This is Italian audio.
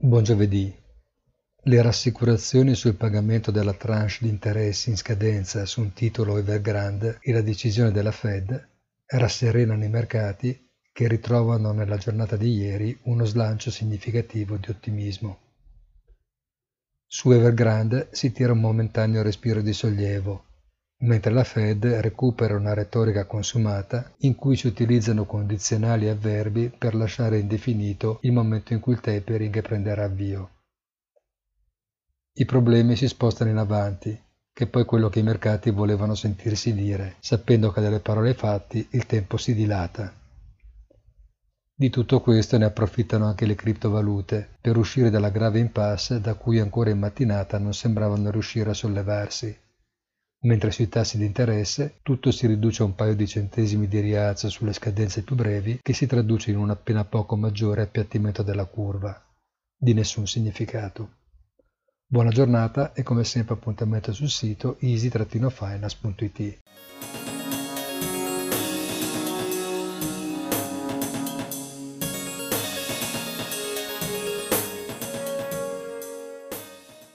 Buon giovedì. Le rassicurazioni sul pagamento della tranche di interessi in scadenza su un titolo Evergrande e la decisione della Fed rasserenano i mercati che ritrovano nella giornata di ieri uno slancio significativo di ottimismo. Su Evergrande si tira un momentaneo respiro di sollievo, mentre la Fed recupera una retorica consumata in cui si utilizzano condizionali e avverbi per lasciare indefinito il momento in cui il tapering prenderà avvio. I problemi si spostano in avanti, che è poi quello che i mercati volevano sentirsi dire, sapendo che dalle parole ai fatti il tempo si dilata. Di tutto questo ne approfittano anche le criptovalute, per uscire dalla grave impasse da cui ancora in mattinata non sembravano riuscire a sollevarsi. Mentre sui tassi di interesse tutto si riduce a un paio di centesimi di rialzo sulle scadenze più brevi, che si traduce in un appena poco maggiore appiattimento della curva, di nessun significato. Buona giornata e come sempre appuntamento sul sito easy-finance.it.